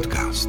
podcast.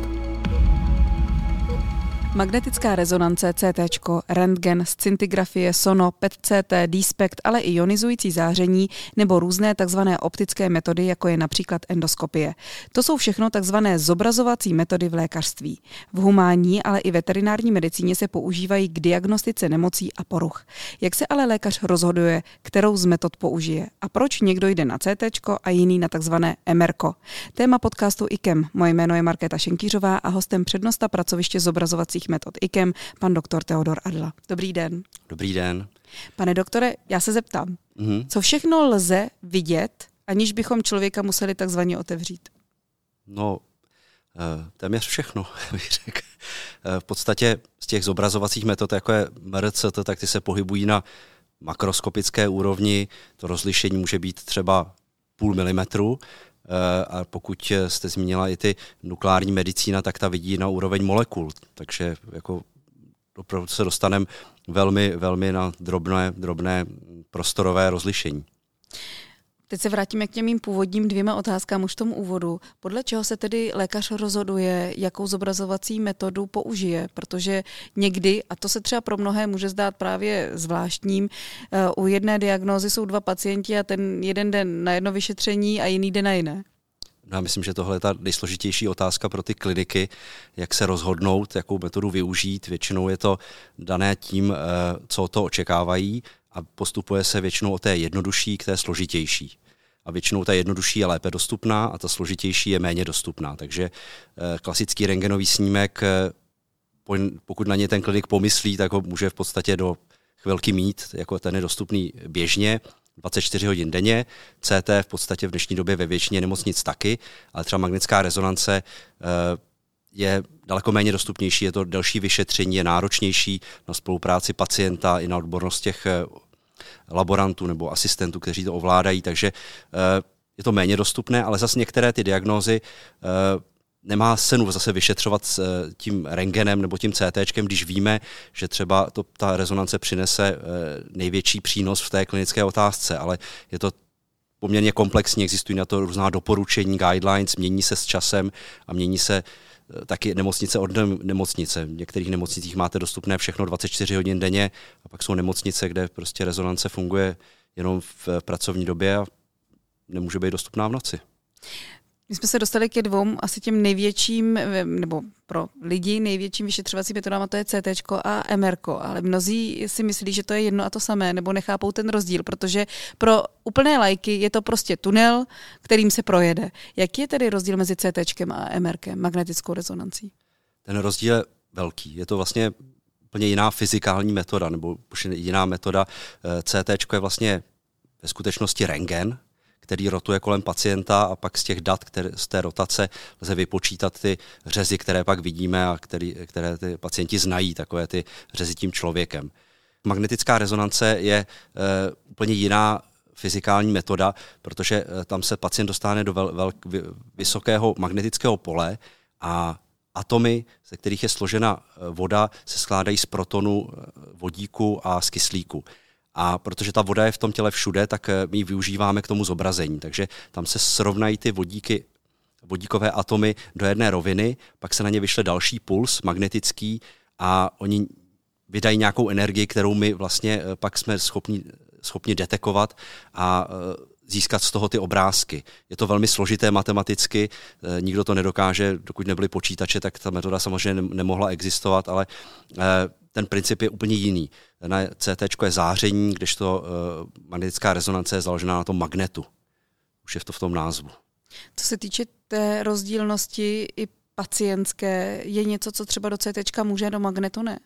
Magnetická rezonance, CT, rentgen, scintigrafie, sono, PET-CT, D-spect, ale i ionizující záření nebo různé tzv. Optické metody, jako je například endoskopie. To jsou všechno tzv. Zobrazovací metody v lékařství. V humánní, ale i veterinární medicíně se používají k diagnostice nemocí a poruch. Jak se ale lékař rozhoduje, kterou z metod použije a proč někdo jde na CT a jiný na tzv. MR? Téma podcastu IKEM. Moje jméno je Markéta Šenkýřová a hostem přednosta pracoviště zobrazovacích metod IKEM, pan doktor Teodor Adla. Dobrý den. Dobrý den. Pane doktore, já se zeptám, co všechno lze vidět, aniž bychom člověka museli takzvaně otevřít? No, téměř všechno, bych řekl. V podstatě z těch zobrazovacích metod, jako je MRCT, tak ty se pohybují na makroskopické úrovni. To rozlišení může být třeba 0,5 milimetru. A pokud jste zmínila i ty nukleární medicína, tak ta vidí na úroveň molekul. Takže jako opravdu se dostaneme velmi na drobné prostorové rozlišení. Teď se vrátíme k těm mým původním 2 otázkám už v tom úvodu. Podle čeho se tedy lékař rozhoduje, jakou zobrazovací metodu použije? Protože někdy, a to se třeba pro mnohé může zdát právě zvláštním, u jedné diagnózy jsou 2 pacienti a ten jeden jde na jedno vyšetření a jiný jde na jiné. Já myslím, že tohle je ta nejsložitější otázka pro ty kliniky, jak se rozhodnout, jakou metodu využít. Většinou je to dané tím, co to očekávají, a postupuje se většinou od té jednodušší k té složitější. A většinou ta jednodušší je lépe dostupná a ta složitější je méně dostupná. Takže klasický rentgenový snímek, pokud na ně ten klinik pomyslí, tak ho může v podstatě do chvilky mít, jako ten je dostupný běžně, 24 hodin denně. CT v podstatě v dnešní době ve většině nemocnic taky, ale třeba magnetická rezonance je daleko méně dostupnější, je to delší vyšetření, je náročnější na spolupráci pacienta i na odbornost těch laborantů nebo asistentů, kteří to ovládají, takže je to méně dostupné, ale zase některé ty diagnózy nemá cenu zase vyšetřovat s tím rentgenem nebo tím CTčkem, když víme, že třeba ta rezonance přinese největší přínos v té klinické otázce, ale je to poměrně komplexní, existují na to různá doporučení, guidelines, mění se s časem a mění se taky nemocnice od nemocnice. V některých nemocnicích máte dostupné všechno 24 hodin denně a pak jsou nemocnice, kde prostě rezonance funguje jenom v pracovní době a nemůže být dostupná v noci. My jsme se dostali ke 2 asi těm největším, nebo pro lidi největším vyšetřovacím metodám, a to je CT a MR, ale mnozí si myslí, že to je jedno a to samé, nebo nechápou ten rozdíl, protože pro úplné laiky je to prostě tunel, kterým se projede. Jaký je tedy rozdíl mezi CT a MR, magnetickou rezonancí? Ten rozdíl je velký. Je to vlastně úplně jiná fyzikální metoda, nebo jiná metoda. CT je vlastně ve skutečnosti rentgen, který rotuje kolem pacienta a pak z těch dat, z té rotace lze vypočítat ty řezy, které pak vidíme a které ty pacienti znají, takové ty řezy tím člověkem. Magnetická rezonance je úplně jiná fyzikální metoda, protože tam se pacient dostane do vysokého magnetického pole a atomy, ze kterých je složena voda, se skládají z protonu, vodíku a z kyslíku. A protože ta voda je v tom těle všude, tak my ji využíváme k tomu zobrazení. Takže tam se srovnají ty vodíkové atomy do jedné roviny, pak se na ně vyšle další puls magnetický a oni vydají nějakou energii, kterou my vlastně pak jsme schopni detekovat a získat z toho ty obrázky. Je to velmi složité matematicky, nikdo to nedokáže, dokud nebyly počítače, tak ta metoda samozřejmě nemohla existovat, ale ten princip je úplně jiný. Na CT je záření, kdežto magnetická rezonance je založená na tom magnetu. Už je to v tom názvu. Co se týče té rozdílnosti i pacientské, je něco, co třeba do CT může, do magnetu ne?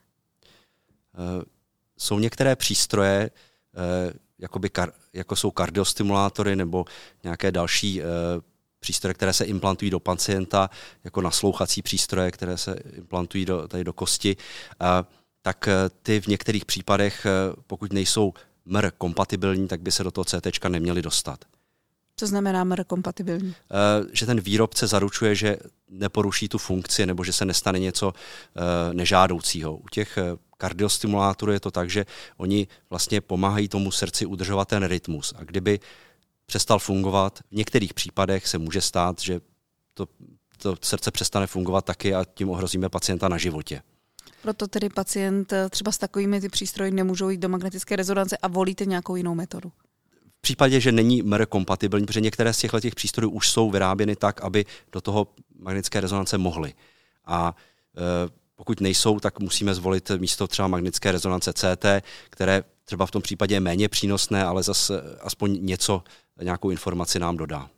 Jsou některé přístroje, jako jsou kardiostimulátory nebo nějaké další přístroje, které se implantují do pacienta, jako naslouchací přístroje, které se implantují do kosti, tak ty v některých případech, pokud nejsou MR kompatibilní, tak by se do toho CT neměly dostat. Co znamená MR kompatibilní? Že ten výrobce zaručuje, že neporuší tu funkci nebo že se nestane něco nežádoucího. U těch kardiostimulátorů je to tak, že oni vlastně pomáhají tomu srdci udržovat ten rytmus. A kdyby přestal fungovat, v některých případech se může stát, že to srdce přestane fungovat taky a tím ohrozíme pacienta na životě. Proto tedy pacient třeba s takovými ty přístroji nemůžou jít do magnetické rezonance a volíte nějakou jinou metodu? V případě, že není MR kompatibilní, protože některé z těchto přístrojů už jsou vyráběny tak, aby do toho magnetické rezonance mohly. A pokud nejsou, tak musíme zvolit místo třeba magnetické rezonance CT, které třeba v tom případě je méně přínosné, ale zase aspoň nějakou informaci nám dodá.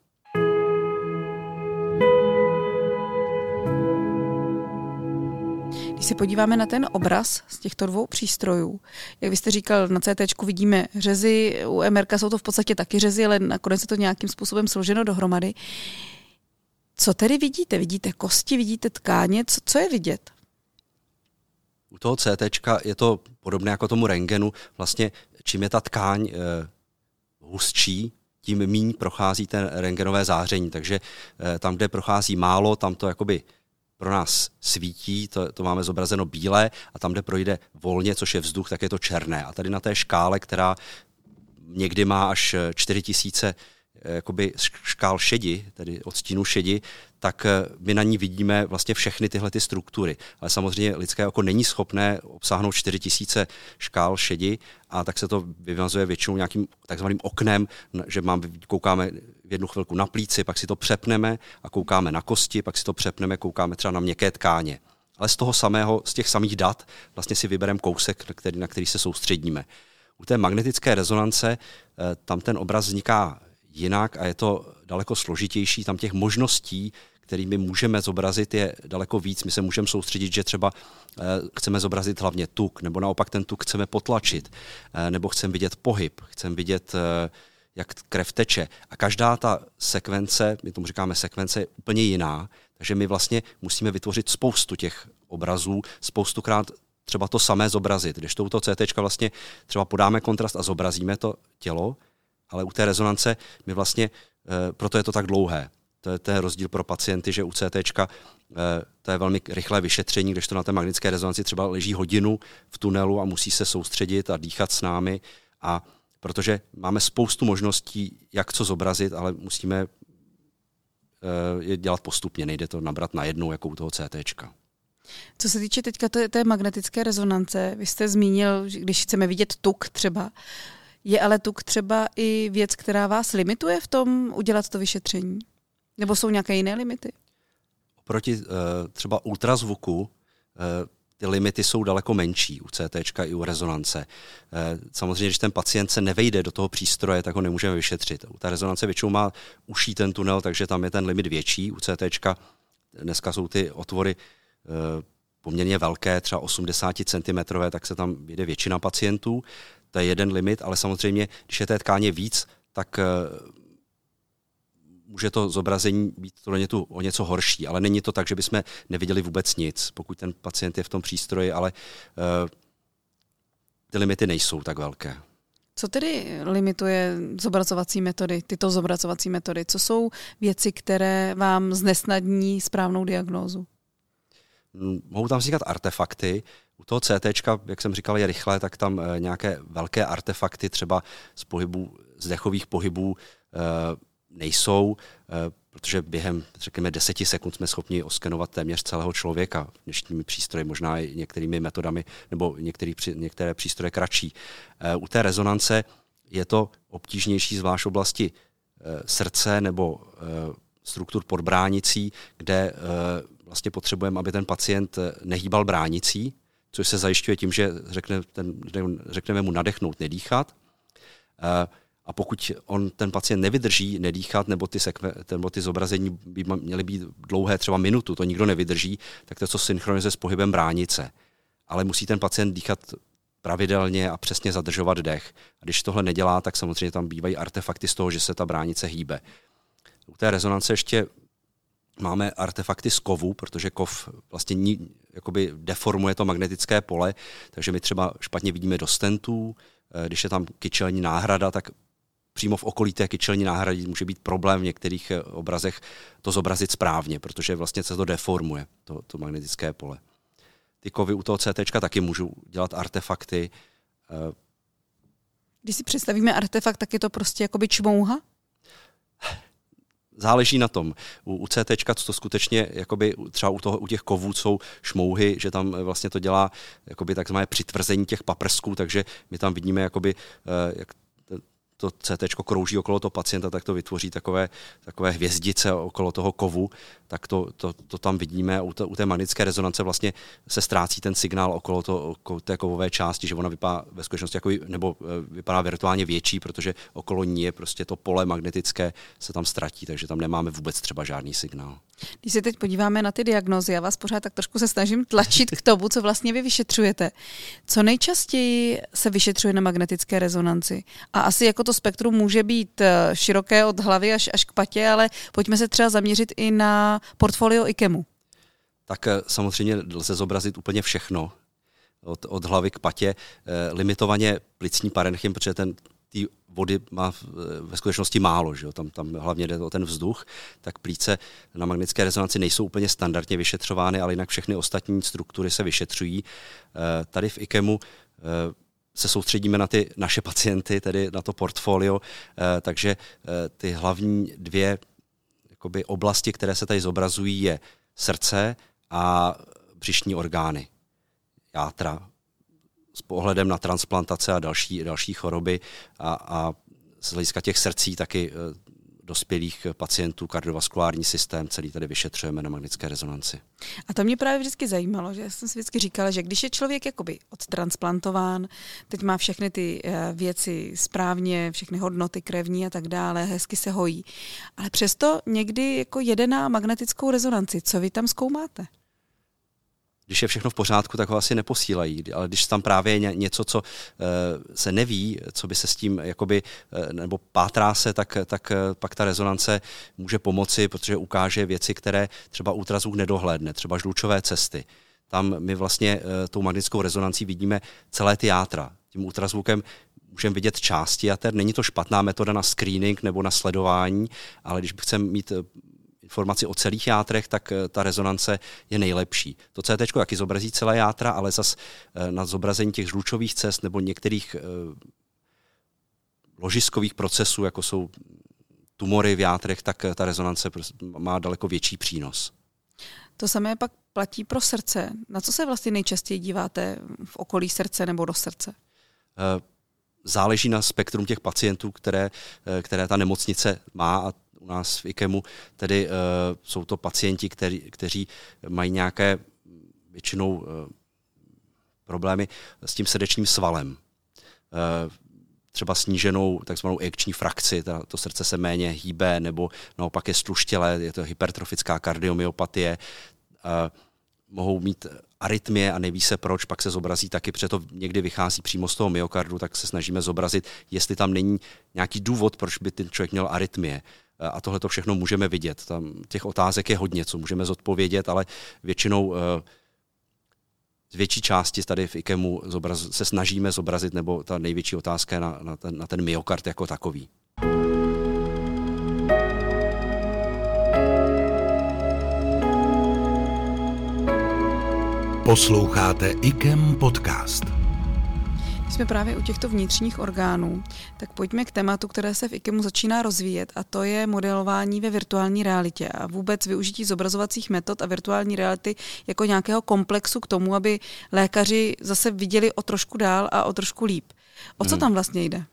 Když se podíváme na ten obraz z těchto dvou přístrojů, jak vy jste říkal, na CT vidíme řezy, u MR jsou to v podstatě taky řezy, ale nakonec je to nějakým způsobem složeno dohromady. Co tedy vidíte? Vidíte kosti, vidíte tkáně? Co je vidět? U toho CT je to podobné jako tomu rentgenu. Vlastně čím je ta tkáň hustší, tím míň prochází ten rentgenové záření. Takže tam, kde prochází málo, tam to jakoby pro nás svítí, to máme zobrazeno bílé, a tam, kde projde volně, což je vzduch, tak je to černé. A tady na té škále, která někdy má až 4000 jakoby škál šedi, tedy odstínu šedi, tak my na ní vidíme vlastně všechny tyhle ty struktury. Ale samozřejmě lidské oko není schopné obsáhnout 4000 škál šedi, a tak se to vymazuje většinou nějakým takzvaným oknem, že koukáme v jednu chvilku na plíci, pak si to přepneme a koukáme na kosti, pak si to přepneme, koukáme třeba na měkké tkáně. Ale z těch samých dat vlastně si vybereme kousek, na který se soustředíme. U té magnetické rezonance tam ten obraz vzniká jinak a je to daleko složitější. Tam těch možností, kterými můžeme zobrazit, je daleko víc. My se můžeme soustředit, že třeba chceme zobrazit hlavně tuk, nebo naopak ten tuk chceme potlačit, nebo chceme vidět pohyb, chceme vidět, jak krev teče. A každá ta sekvence, my tomu říkáme sekvence, je úplně jiná, takže my vlastně musíme vytvořit spoustu těch obrazů, spoustukrát třeba to samé zobrazit. Když to CT vlastně třeba podáme kontrast a zobrazíme to tělo, ale u té rezonance my vlastně, proto je to tak dlouhé. To je ten rozdíl pro pacienty, že u CT to je velmi rychlé vyšetření, kdežto na té magnetické rezonanci třeba leží hodinu v tunelu a musí se soustředit a dýchat s námi. A protože máme spoustu možností, jak co zobrazit, ale musíme je dělat postupně, nejde to nabrat najednou, jako u toho CT. Co se týče teďka té magnetické rezonance, vy jste zmínil, že když chceme vidět tuk třeba, je ale tuk třeba i věc, která vás limituje v tom udělat to vyšetření? Nebo jsou nějaké jiné limity? Oproti třeba ultrazvuku ty limity jsou daleko menší u CT i u rezonance. Samozřejmě, když ten pacient se nevejde do toho přístroje, tak ho nemůžeme vyšetřit. U té rezonance většinou má uší ten tunel, takže tam je ten limit větší. U CT dneska jsou ty otvory poměrně velké, třeba 80 cm, tak se tam jde většina pacientů. To je jeden limit, ale samozřejmě, když je té tkáně víc, tak může to zobrazení být o něco horší, ale není to tak, že bychom neviděli vůbec nic, pokud ten pacient je v tom přístroji, ale ty limity nejsou tak velké. Co tedy limituje zobrazovací metody, tyto zobrazovací metody? Co jsou věci, které vám znesnadní správnou diagnózu? Mohou tam vznikat artefakty. U toho CT, jak jsem říkal, je rychlé, tak tam nějaké velké artefakty třeba z dechových pohybů nejsou, protože během, řekněme, 10 sekund jsme schopni oskenovat téměř celého člověka dnešními přístroji, možná i některými metodami, nebo některé přístroje kratší. U té rezonance je to obtížnější, zvlášť v oblasti srdce nebo struktur pod bránicí, kde vlastně potřebujeme, aby ten pacient nehýbal bránicí, což se zajišťuje tím, že řekneme mu nadechnout, nedýchat. A pokud ten pacient nevydrží nedýchat, nebo ty zobrazení by měly být dlouhé, třeba minutu, to nikdo nevydrží, tak to, co synchronizuje s pohybem bránice. Ale musí ten pacient dýchat pravidelně a přesně zadržovat dech. A když tohle nedělá, tak samozřejmě tam bývají artefakty z toho, že se ta bránice hýbe. U té rezonance ještě máme artefakty z kovu, protože kov vlastně jakoby deformuje to magnetické pole, takže my třeba špatně vidíme do stentů. Když je tam kyčelní náhrada, tak přímo v okolí té kyčelní náhrady může být problém v některých obrazech to zobrazit správně, protože vlastně se to deformuje, to magnetické pole. Ty kovy u toho CT taky můžou dělat artefakty. Když si představíme artefakt, tak je to prostě jakoby čmouha? záleží na tom. U CT to skutečně jakoby třeba u těch kovů jsou šmouhy, že tam vlastně to dělá jakoby takzvané přitvrzení těch paprsků, takže my tam vidíme jakoby, jak to CT krouží okolo toho pacienta, tak to vytvoří takové hvězdice okolo toho kovu, tak to tam vidíme. U té magnetické rezonance vlastně se ztrácí ten signál okolo té kovové části, že ona vypadá ve skutečnosti nebo vypadá virtuálně větší, protože okolo ní je prostě to pole magnetické se tam ztratí, takže tam nemáme vůbec třeba žádný signál. Když se teď podíváme na ty diagnózy, já vás pořád tak trošku se snažím tlačit k tomu, co vlastně vy vyšetřujete. Co nejčastěji se vyšetřuje na magnetické rezonanci? A asi jako to spektrum může být široké od hlavy až k patě, ale pojďme se třeba zaměřit i na portfolio IKEMu. Tak samozřejmě lze zobrazit úplně všechno. Od hlavy k patě, limitovaně plicní parenchym, protože té vody má ve skutečnosti málo, že jo? Tam hlavně jde o ten vzduch, tak plíce na magnetické rezonanci nejsou úplně standardně vyšetřovány, ale jinak všechny ostatní struktury se vyšetřují. Tady v IKEMu se soustředíme na ty naše pacienty, tedy na to portfolio, takže ty hlavní dvě jakoby oblasti, které se tady zobrazují, je srdce a břišní orgány, játra, s pohledem na transplantace a další choroby a z hlediska těch srdcí taky dospělých pacientů, kardiovaskulární systém, celý tady vyšetřujeme na magnetické rezonanci. A to mě právě vždycky zajímalo, že jsem si vždycky říkala, že když je člověk jakoby odtransplantován, teď má všechny ty věci správně, všechny hodnoty krevní a tak dále, hezky se hojí, ale přesto někdy jako jede na magnetickou rezonanci. Co vy tam zkoumáte? Když je všechno v pořádku, tak ho asi neposílají, ale když tam právě je něco, co se neví, co by se s tím jakoby, nebo pátrá se, tak pak ta rezonance může pomoci, protože ukáže věci, které třeba ultrazvuk nedohlédne, třeba žlučové cesty. Tam my vlastně tou magnetickou rezonancí vidíme celé ty játra. Tím ultrazvukem můžeme vidět části jater. Není to špatná metoda na screening nebo na sledování, ale když chceme mít informaci o celých játrech, tak ta rezonance je nejlepší. To CT taky zobrazí celé játra, ale zas na zobrazení těch žlučových cest nebo některých ložiskových procesů, jako jsou tumory v játrech, tak ta rezonance má daleko větší přínos. To samé pak platí pro srdce. Na co se vlastně nejčastěji díváte v okolí srdce nebo do srdce? Záleží na spektrum těch pacientů, které ta nemocnice má, a u nás v IKEMu tedy jsou to pacienti, kteří mají nějaké většinou problémy s tím srdečním svalem. Třeba sníženou takzvanou ejekční frakci, to srdce se méně hýbe, nebo naopak je stluštělé, je to hypertrofická kardiomyopatie. Mohou mít arytmie a neví se proč, pak se zobrazí taky, protože to někdy vychází přímo z toho myokardu, tak se snažíme zobrazit, jestli tam není nějaký důvod, proč by ten člověk měl arytmie. A tohle to všechno můžeme vidět. Tam těch otázek je hodně, co můžeme zodpovědět, ale většinou z větší části tady v IKEMu se snažíme zobrazit, nebo ta největší otázka je na ten myokard jako takový. Posloucháte IKEM podcast. Když jsme právě u těchto vnitřních orgánů, tak pojďme k tématu, které se v IKEMu začíná rozvíjet, a to je modelování ve virtuální realitě a vůbec využití zobrazovacích metod a virtuální reality jako nějakého komplexu k tomu, aby lékaři zase viděli o trošku dál a o trošku líp. O co tam vlastně jde?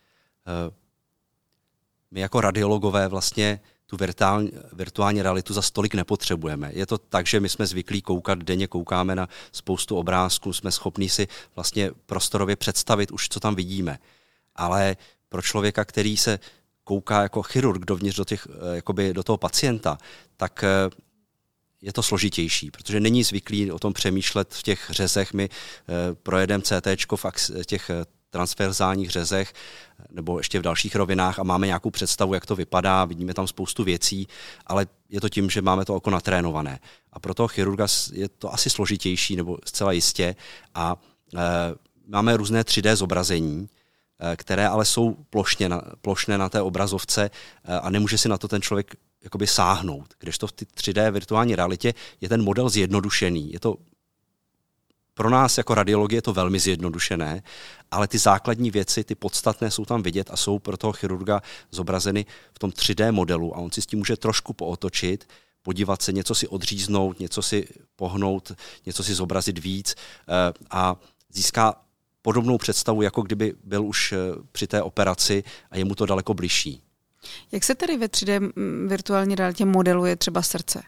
My jako radiologové vlastně tu virtuální realitu za stolik nepotřebujeme. Je to tak, že my jsme zvyklí denně koukáme na spoustu obrázků, jsme schopní si vlastně prostorově představit už, co tam vidíme. Ale pro člověka, který se kouká jako chirurg dovnitř do toho pacienta, tak je to složitější, protože není zvyklý o tom přemýšlet v těch řezech. My projedeme CTčko v těch transverzálních řezech nebo ještě v dalších rovinách a máme nějakou představu, jak to vypadá, vidíme tam spoustu věcí, ale je to tím, že máme to oko natrénované. A pro toho chirurga je to asi složitější, nebo zcela jistě. A máme různé 3D zobrazení, které ale jsou plošné na té obrazovce a nemůže si na to ten člověk jakoby sáhnout. Kdežto v té 3D virtuální realitě je ten model zjednodušený. Je to pro nás jako radiologie je to velmi zjednodušené, ale ty základní věci, ty podstatné jsou tam vidět a jsou pro toho chirurga zobrazeny v tom 3D modelu a on si s tím může trošku pootočit, podívat se, něco si odříznout, něco si pohnout, něco si zobrazit víc a získá podobnou představu, jako kdyby byl už při té operaci a je mu to daleko bližší. Jak se tedy ve 3D virtuální realitě modeluje třeba srdce?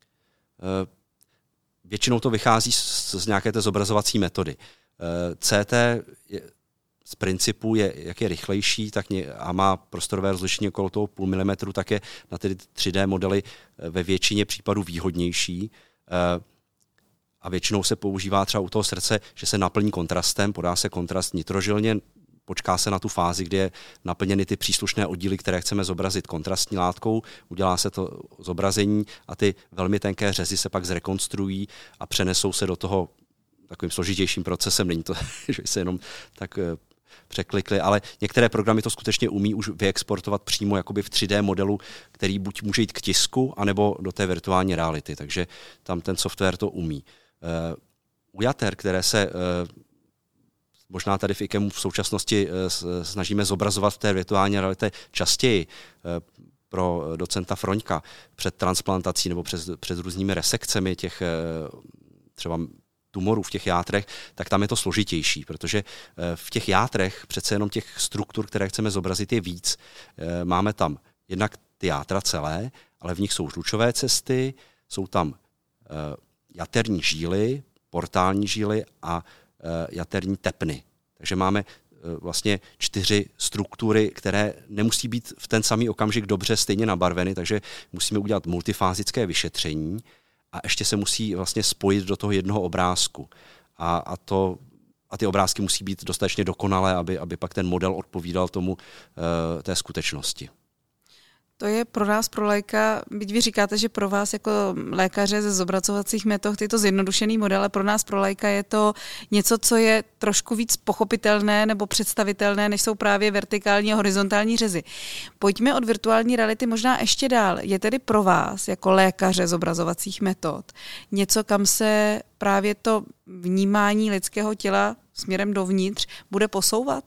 Většinou to vychází z nějaké té zobrazovací metody. CT z principu jak je rychlejší a má prostorové rozlišení okolo toho 0,5 mm, tak je na ty 3D modely ve většině případů výhodnější. A většinou se používá třeba u toho srdce, že se naplní kontrastem, podá se kontrast nitrožilně, počká se na tu fázi, kdy je naplněny ty příslušné oddíly, které chceme zobrazit kontrastní látkou, udělá se to zobrazení a ty velmi tenké řezy se pak zrekonstruují a přenesou se do toho takovým složitějším procesem. Není to, že se jenom tak překlikli, ale některé programy to skutečně umí už vyexportovat přímo jakoby v 3D modelu, který buď může jít k tisku, anebo do té virtuální reality, takže tam ten software to umí. U jater, které se možná tady v IKEMu v současnosti snažíme zobrazovat v té virtuální realitě častěji pro docenta Froňka před transplantací nebo před různými resekcemi těch třeba tumorů v těch játrech, tak tam je to složitější, protože v těch játrech přece jenom těch struktur, které chceme zobrazit, je víc. Máme tam jednak ty játra celé, ale v nich jsou žlučové cesty, jsou tam jaterní žíly, portální žíly a jaterní tepny. Takže máme vlastně 4 struktury, které nemusí být v ten samý okamžik dobře stejně nabarveny, takže musíme udělat multifázické vyšetření a ještě se musí vlastně spojit do toho jednoho obrázku. A ty obrázky musí být dostatečně dokonalé, aby pak ten model odpovídal tomu té skutečnosti. To je pro nás, pro laika, byť vy říkáte, že pro vás jako lékaře ze zobrazovacích metod je to zjednodušený model, ale pro nás, pro laika, je to něco, co je trošku víc pochopitelné nebo představitelné, než jsou právě vertikální a horizontální řezy. Pojďme od virtuální reality možná ještě dál. Je tedy pro vás, jako lékaře zobrazovacích metod, něco, kam se právě to vnímání lidského těla směrem dovnitř bude posouvat?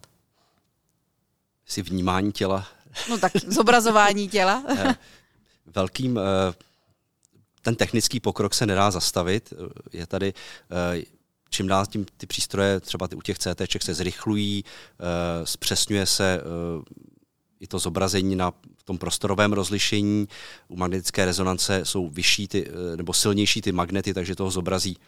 Si vnímání těla... No tak zobrazování těla. Ten technický pokrok se nedá zastavit. Je tady čím dál tím ty přístroje, třeba u těch CTček se zrychlují, zpřesňuje se i to zobrazení na tom prostorovém rozlišení. U magnetické rezonance jsou vyšší nebo silnější ty magnety, takže toho zobrazí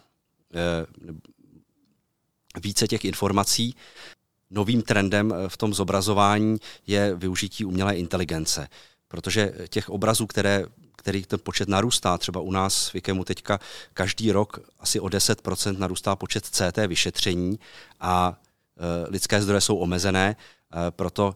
více těch informací. Novým trendem v tom zobrazování je využití umělé inteligence, protože těch obrazů, který ten počet narůstá, třeba u nás v IKEMu teďka každý rok asi o 10% narůstá počet CT vyšetření a lidské zdroje jsou omezené, proto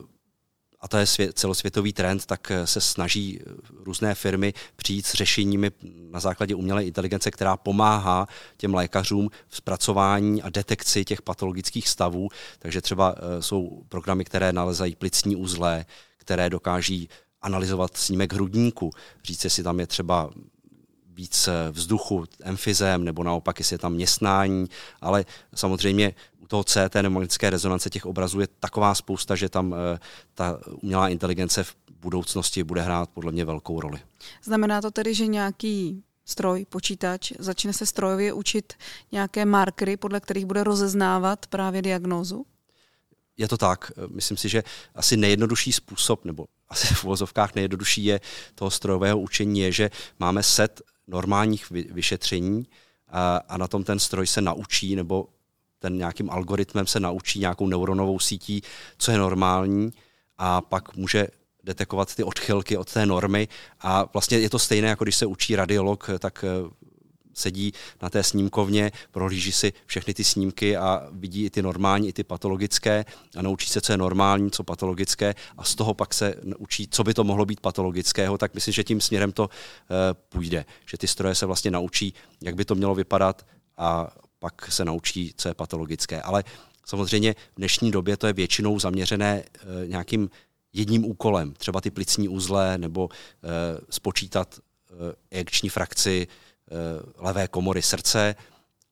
a to je celosvětový trend, tak se snaží různé firmy přijít s řešeními na základě umělé inteligence, která pomáhá těm lékařům v zpracování a detekci těch patologických stavů. Takže třeba jsou programy, které nalezají plicní uzle, které dokáží analyzovat snímek hrudníku, říct, jestli tam je třeba víc vzduchu, emfyzém, nebo naopak, jestli je tam městnání, ale samozřejmě u toho CT nebo magnetické rezonance těch obrazů je taková spousta, že tam ta umělá inteligence v budoucnosti bude hrát podle mě velkou roli. Znamená to tedy, že nějaký stroj, počítač, začne se strojově učit nějaké markery, podle kterých bude rozeznávat právě diagnózu? Je to tak. Myslím si, že asi nejjednodušší způsob, nebo asi v uvozovkách nejjednodušší je toho strojového učení, je, že máme set normálních vyšetření a na tom ten stroj se naučí, nebo ten nějakým algoritmem se naučí nějakou neuronovou sítí, co je normální a pak může detekovat ty odchylky od té normy a vlastně je to stejné, jako když se učí radiolog, tak sedí na té snímkovně, prohlíží si všechny ty snímky a vidí i ty normální, i ty patologické a naučí se, co je normální, co patologické a z toho pak se učí, co by to mohlo být patologického, tak myslím, že tím směrem to půjde, že ty stroje se vlastně naučí, jak by to mělo vypadat a pak se naučí, co je patologické. Ale samozřejmě v dnešní době to je většinou zaměřené nějakým jedním úkolem, třeba ty plicní uzle nebo spočítat ejekční frakci levé komory srdce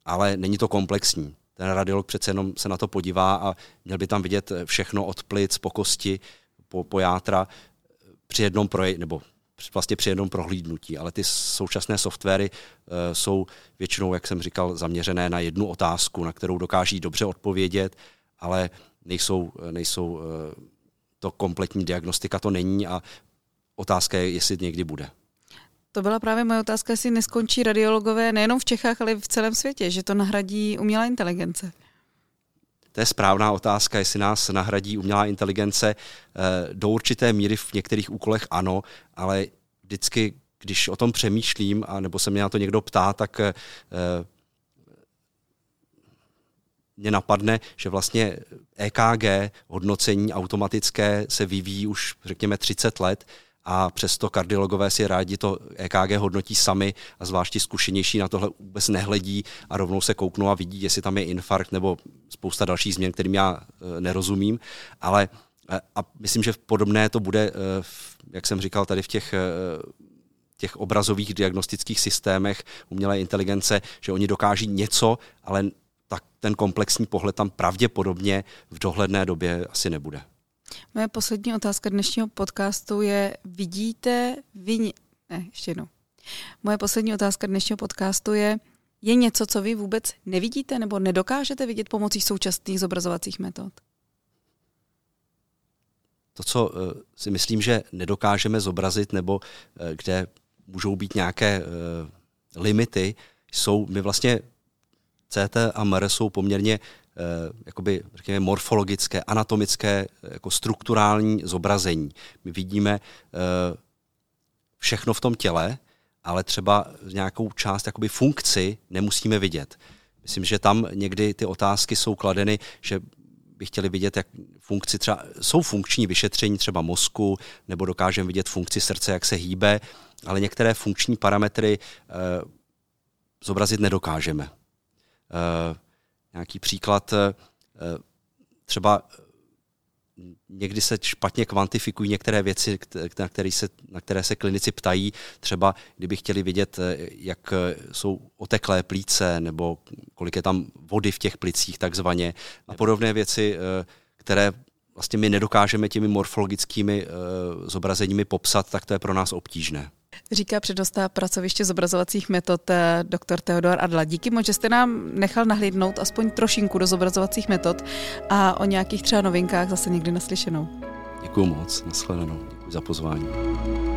ale není to komplexní. Ten radiolog přece jenom se na to podívá a měl by tam vidět všechno od plic po kosti, po játra při jednom prohlídnutí. Ale ty současné softwary jsou většinou, jak jsem říkal, zaměřené na jednu otázku, na kterou dokáží dobře odpovědět, ale nejsou to kompletní diagnostika, to není a otázka je, jestli někdy bude. To byla právě moje otázka, jestli neskončí radiologové nejenom v Čechách, ale i v celém světě, že to nahradí umělá inteligence. To je správná otázka, jestli nás nahradí umělá inteligence. Do určité míry v některých úkolech ano, ale vždycky, když o tom přemýšlím, nebo se mě na to někdo ptá, tak mě napadne, že vlastně EKG, hodnocení automatické, se vyvíjí už, řekněme, 30 let a přesto kardiologové si rádi to EKG hodnotí sami a zvláště zkušenější na tohle vůbec nehledí a rovnou se kouknou a vidí, jestli tam je infarkt nebo spousta dalších změn, kterým já nerozumím. Ale a myslím, že podobné to bude, jak jsem říkal, tady v těch obrazových diagnostických systémech umělé inteligence, že oni dokáží něco, ale tak ten komplexní pohled tam pravděpodobně v dohledné době asi nebude. Moje poslední otázka dnešního podcastu je, Moje poslední otázka dnešního podcastu je něco, co vy vůbec nevidíte nebo nedokážete vidět pomocí současných zobrazovacích metod? To, co si myslím, že nedokážeme zobrazit nebo kde můžou být nějaké limity, my vlastně CT a MR jsou poměrně jakoby, řekněme, morfologické, anatomické, jako strukturální zobrazení. My vidíme všechno v tom těle, ale třeba nějakou část jakoby funkci nemusíme vidět. Myslím, že tam někdy ty otázky jsou kladeny, že by chtěli vidět, jak funkci třeba, jsou funkční vyšetření třeba mozku, nebo dokážeme vidět funkci srdce, jak se hýbe, ale některé funkční parametry zobrazit nedokážeme. Nějaký příklad, třeba někdy se špatně kvantifikují některé věci, na které se klinici ptají, třeba kdyby chtěli vědět, jak jsou oteklé plíce, nebo kolik je tam vody v těch plicích takzvaně a podobné věci, které vlastně my nedokážeme těmi morfologickými zobrazeními popsat, tak to je pro nás obtížné. Říká přednosta pracoviště zobrazovacích metod dr. Teodor Adla. Díky moc, že jste nám nechal nahlídnout aspoň trošinku do zobrazovacích metod a o nějakých třeba novinkách zase někdy naslyšenou. Děkuju moc, nashledanou. Děkuji za pozvání.